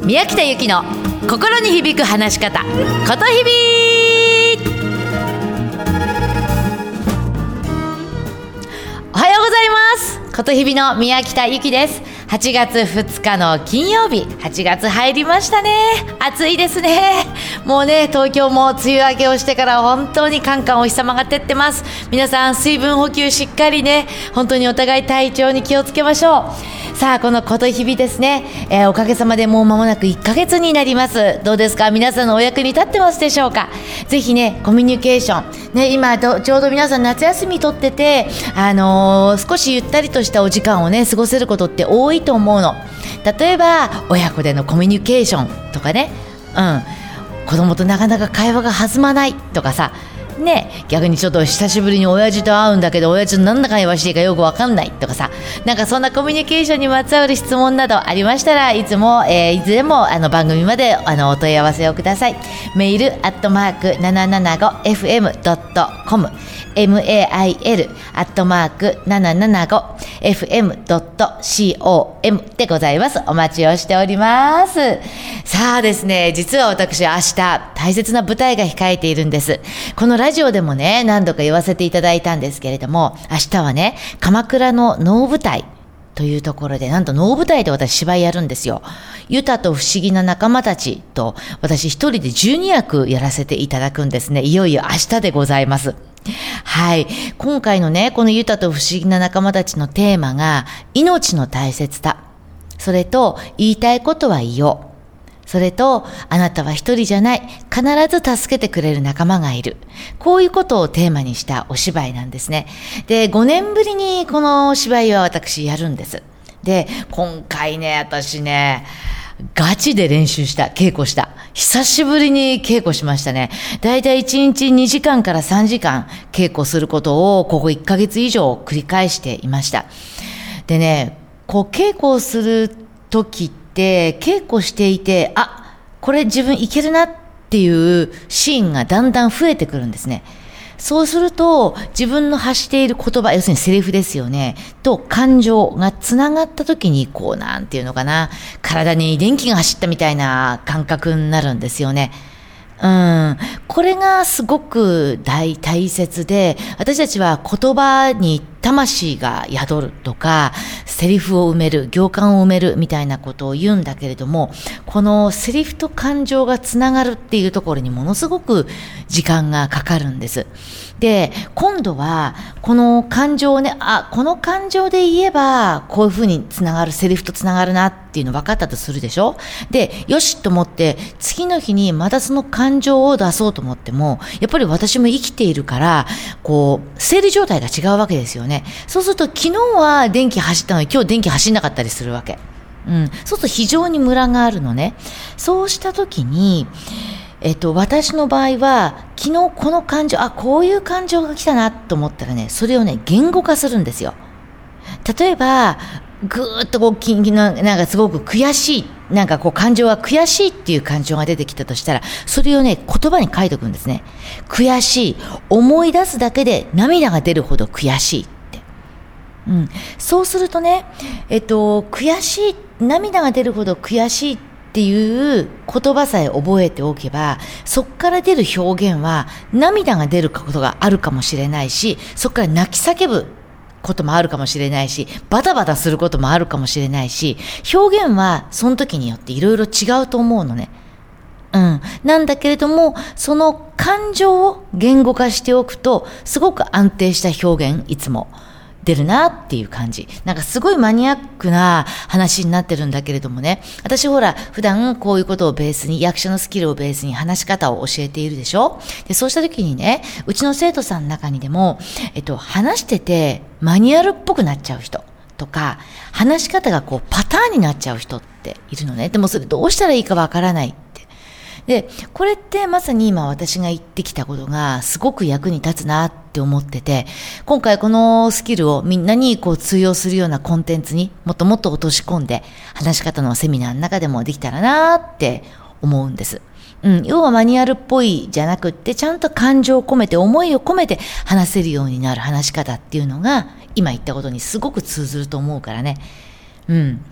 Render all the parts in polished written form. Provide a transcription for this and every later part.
宮北由紀の心に響く話し方、ことひび。おはようございます。ことひびの宮北由紀です。8月2日の金曜日、8月入りましたね。暑いですね。もうね、東京も梅雨明けをしてから本当にカンカンお日様が照ってます。皆さん水分補給しっかりね、本当にお互い体調に気をつけましょう。さあ、このことひびですね、おかげさまでもう間もなく1ヶ月になります。どうですか、皆さんのお役に立ってますでしょうか。ぜひね、コミュニケーションね、今ちょうど皆さん夏休み取ってて、少しゆったりとしたお時間をね過ごせることって多いと思うの。例えば親子でのコミュニケーションとかね、子供となかなか会話が弾まないとかさね、逆にちょっと久しぶりに親父と会うんだけど親父と何の会話していいかよく分かんないとかさ、なんかそんなコミュニケーションにまつわる質問などありましたら、いつでも番組までお問い合わせをください。メール@775fm.com mail@775fm.com でございます。お待ちをしております。さあですね、実は私明日大切な舞台が控えているんです。このラジオでもね何度か言わせていただいたんですけれども、明日はね鎌倉の能舞台というところで、なんと能舞台で私芝居やるんですよ。ユタと不思議な仲間たちと私一人で12役やらせていただくんですね。いよいよ明日でございます。はい、今回のねこのユタと不思議な仲間たちのテーマが命の大切さ、それと言いたいことは言おう、それとあなたは一人じゃない、必ず助けてくれる仲間がいる、こういうことをテーマにしたお芝居なんですね。で、5年ぶりにこのお芝居は私やるんです。で、今回ね私ねガチで練習した、稽古した。久しぶりに稽古しましたね。だいたい1日2時間から3時間稽古することをここ1ヶ月以上繰り返していました。でね、こう稽古をする時って稽古していて、これ自分いけるなっていうシーンがだんだん増えてくるんですね。そうすると自分の発している言葉、要するにセリフですよねと感情がつながった時にこうなんていうのかな、体に電気が走ったみたいな感覚になるんですよね。これがすごく大切で、私たちは言葉に魂が宿るとかセリフを埋める、行間を埋めるみたいなことを言うんだけれども、このセリフと感情がつながるっていうところにものすごく時間がかかるんです。で、今度はこの感情をね、この感情で言えばこういうふうにつながる、セリフとつながるなっていうの分かったとするでしょ。で、よしと思って次の日にまたその感情を出そうと思っても、やっぱり私も生きているからこう生理状態が違うわけですよね。そうすると昨日は電気走ったのに今日電気走んなかったりするわけ。そうすると非常にムラがあるのね。そうした時に私の場合は昨日この感情、こういう感情が来たなと思ったらね、それをね言語化するんですよ。例えばぐーっとこうなんかすごく悔しい、なんかこう感情が悔しいっていう感情が出てきたとしたら、それをね言葉に書いておくんですね。悔しい、思い出すだけで涙が出るほど悔しいって、そうするとね、悔しい、涙が出るほど悔しいっていう言葉さえ覚えておけば、そこから出る表現は涙が出ることがあるかもしれないし、そこから泣き叫ぶこともあるかもしれないし、バタバタすることもあるかもしれないし、表現はその時によっていろいろ違うと思うのね。なんだけれども、その感情を言語化しておくとすごく安定した表現いつも出るなっていう感じ。なんかすごいマニアックな話になってるんだけれどもね、私ほら普段こういうことをベースに、役者のスキルをベースに話し方を教えているでしょ。で、そうした時にね、うちの生徒さんの中にでも、話しててマニュアルっぽくなっちゃう人とか、話し方がこうパターンになっちゃう人っているのね。でもそれどうしたらいいかわからない。で、これってまさに今私が言ってきたことがすごく役に立つなって思ってて、今回このスキルをみんなにこう通用するようなコンテンツにもっともっと落とし込んで、話し方のセミナーの中でもできたらなって思うんです。要はマニュアルっぽいじゃなくって、ちゃんと感情を込めて、思いを込めて話せるようになる話し方っていうのが今言ったことにすごく通ずると思うからね。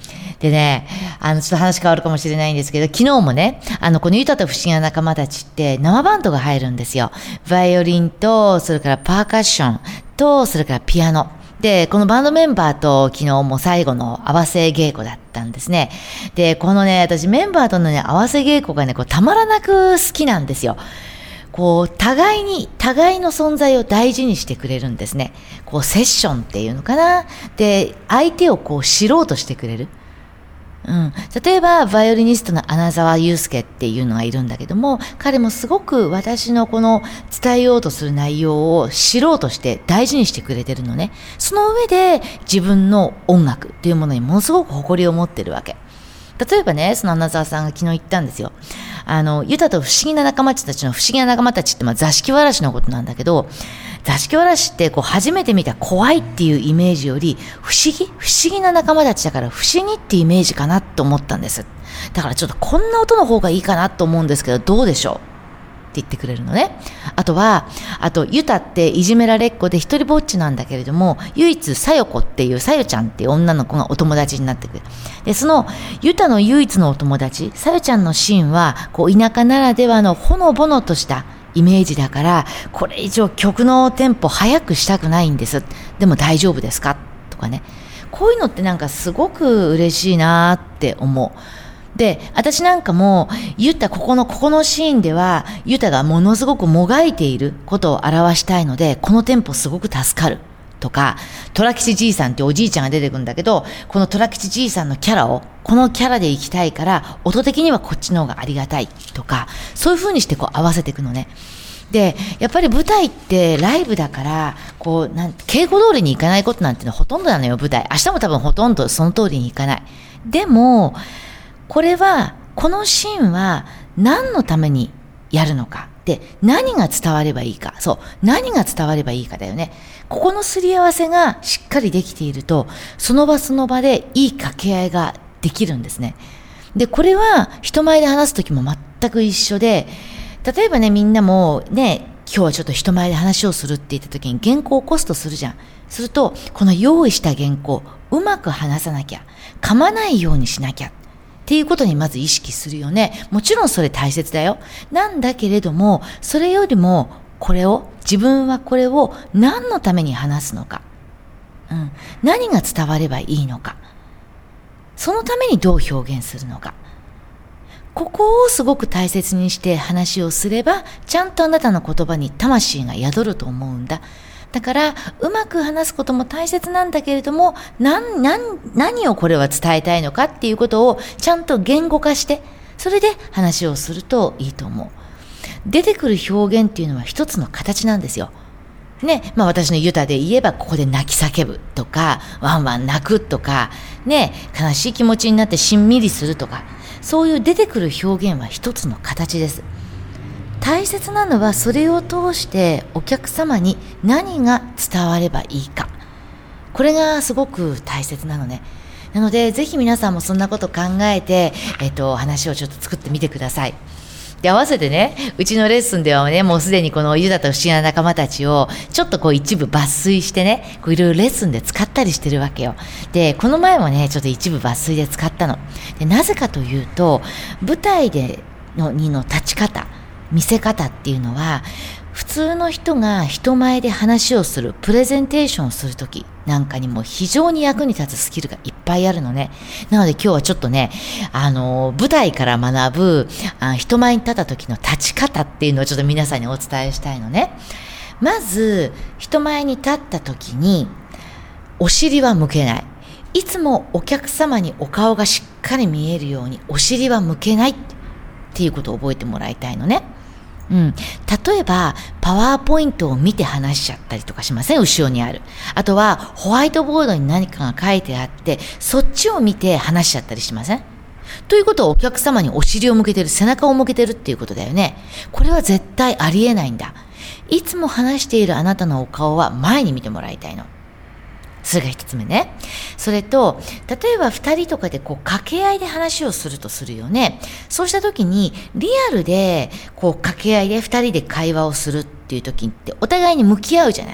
でね、ちょっと話変わるかもしれないんですけど、昨日もね、このユタと不思議な仲間たちって生バンドが入るんですよ。バイオリンと、それからパーカッションと、それからピアノ。で、このバンドメンバーと昨日も最後の合わせ稽古だったんですね。で、このね、私メンバーとのね、合わせ稽古がね、たまらなく好きなんですよ。互いの存在を大事にしてくれるんですね。セッションっていうのかな。で、相手を知ろうとしてくれる。例えば、バイオリニストの穴澤祐介っていうのがいるんだけども、彼もすごく私のこの伝えようとする内容を知ろうとして大事にしてくれてるのね。その上で自分の音楽っていうものにものすごく誇りを持ってるわけ。例えばね、その穴澤さんが昨日言ったんですよ。ユタと不思議な仲間たちの不思議な仲間たちって座敷わらしのことなんだけど、座敷わらしって初めて見た怖いっていうイメージより不思議な仲間たちだから不思議ってイメージかなと思ったんです。だからちょっとこんな音の方がいいかなと思うんですけどどうでしょうって言ってくれるのね。あとユタっていじめられっ子で一人ぼっちなんだけれども、唯一さよこっていうさよちゃんっていう女の子がお友達になってくる。で、そのユタの唯一のお友達さよちゃんのシーンは田舎ならではのほのぼのとしたイメージだから、これ以上曲のテンポ早くしたくないんです。でも大丈夫ですかとかね。こういうのってすごく嬉しいなって思う。で、私なんかも、ここのシーンでは、ユタがものすごくもがいていることを表したいので、このテンポすごく助かる。とか、虎吉じいさんっておじいちゃんが出てくるんだけど、この虎吉じいさんのキャラを、このキャラでいきたいから、音的にはこっちの方がありがたい。とか、そういう風にして合わせていくのね。で、やっぱり舞台ってライブだから、稽古通りにいかないことなんてのはほとんどなのよ、舞台。明日も多分ほとんどその通りにいかない。でも、このシーンは何のためにやるのか。で、何が伝わればいいか。そう、何が伝わればいいかだよね。ここのすり合わせがしっかりできていると、その場その場でいい掛け合いができるんですね。で、これは人前で話すときも全く一緒で、例えばね、みんなもね、今日はちょっと人前で話をするって言ったときに原稿を起こすとするじゃん。すると、この用意した原稿、うまく話さなきゃ、噛まないようにしなきゃ。っていうことにまず意識するよね。もちろんそれ大切だよ。なんだけれども、それよりも自分はこれを何のために話すのか。何が伝わればいいのか。そのためにどう表現するのか。ここをすごく大切にして話をすれば、ちゃんとあなたの言葉に魂が宿ると思うんだ。だから、うまく話すことも大切なんだけれども、何をこれは伝えたいのかっていうことをちゃんと言語化して、それで話をするといいと思う。出てくる表現っていうのは一つの形なんですよ。ね、私のユタで言えば、ここで泣き叫ぶとか、ワンワン泣くとか、ね、悲しい気持ちになってしんみりするとか、そういう出てくる表現は一つの形です。大切なのはそれを通してお客様に何が伝わればいいか。これがすごく大切なのね。なのでぜひ皆さんもそんなこと考えて、話をちょっと作ってみてください。で、合わせてね、うちのレッスンではね、もうすでにこのユタと不思議な仲間たちをちょっと一部抜粋してね、いろいろレッスンで使ったりしてるわけよ。で、この前もね、ちょっと一部抜粋で使ったの。で、なぜかというと、舞台での立ち方、見せ方っていうのは、普通の人が人前で話をする、プレゼンテーションをするときなんかにも非常に役に立つスキルがいっぱいあるのね。なので今日はちょっとね、舞台から学ぶ人前に立った時の立ち方っていうのをちょっと皆さんにお伝えしたいのね。まず、人前に立った時に、お尻は向けない。いつもお客様にお顔がしっかり見えるように、お尻は向けないっていうことを覚えてもらいたいのね。例えばパワーポイントを見て話しちゃったりとかしません？後ろにある。あとはホワイトボードに何かが書いてあってそっちを見て話しちゃったりしません？ということはお客様にお尻を向けてる、背中を向けてるっていうことだよね。これは絶対ありえないんだ。いつも話しているあなたのお顔は前に見てもらいたいの。それが一つ目ね。それと、例えば二人とかで掛け合いで話をするとするよね。そうした時に、リアルで掛け合いで二人で会話をするっていう時ってお互いに向き合うじゃない。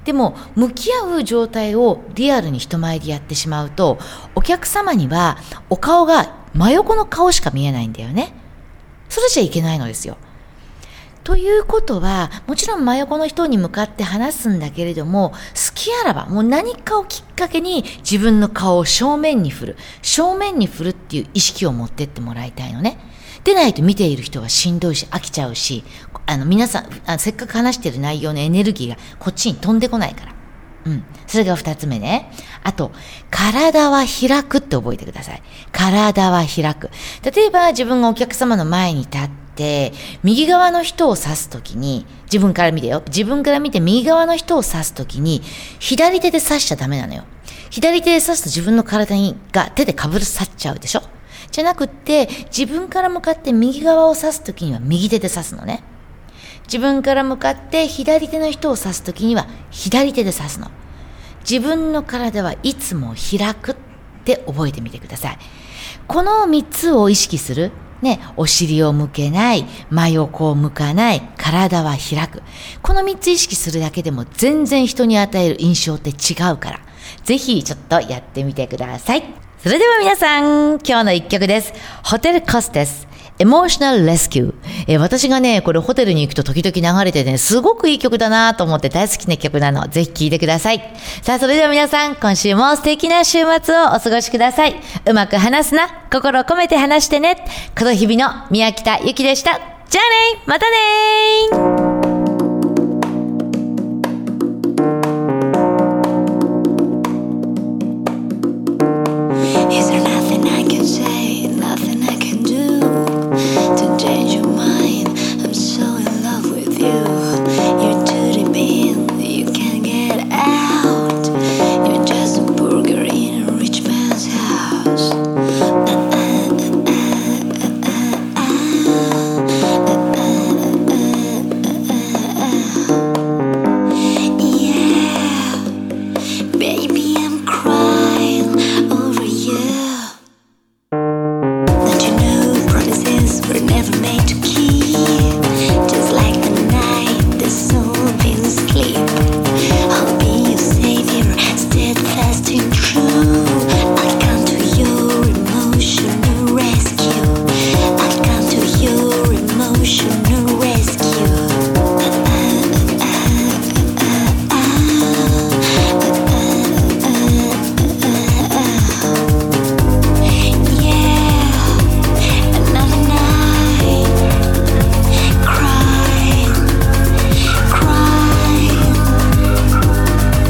でも向き合う状態をリアルに人前でやってしまうと、お客様にはお顔が真横の顔しか見えないんだよね。それじゃいけないのですよ。ということは、もちろん真横の人に向かって話すんだけれども、好きあらばもう何かをきっかけに自分の顔を正面に振るっていう意識を持ってってもらいたいのね。でないと見ている人はしんどいし飽きちゃうし、皆さんせっかく話している内容のエネルギーがこっちに飛んでこないから。それが2つ目ね。あと、体は開くって覚えてください。体は開く。例えば自分がお客様の前に立って、右側の人を指すときに、自分から見て右側の人を指すときに、左手で指しちゃダメなのよ。左手で指すと自分の体が手でかぶさっちゃうでしょ。じゃなくって、自分から向かって右側を指すときには右手で指すのね。自分から向かって左手の人を指すときには左手で指すの。自分の体はいつも開くって覚えてみてください。この3つを意識する。ね、お尻を向けない、真横を向かない、体は開く。この3つ意識するだけでも全然人に与える印象って違うから、ぜひちょっとやってみてください。それでは皆さん、今日の1曲です。ホテルコステス。エモーショナルレスキュー。私がね、これホテルに行くと時々流れてね、すごくいい曲だなと思って大好きな曲なの。ぜひ聴いてください。さあ、それでは皆さん、今週も素敵な週末をお過ごしください。うまく話すな。心を込めて話してね。この日々の宮北ゆきでした。じゃあね、またね。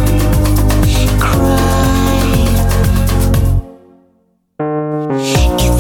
It's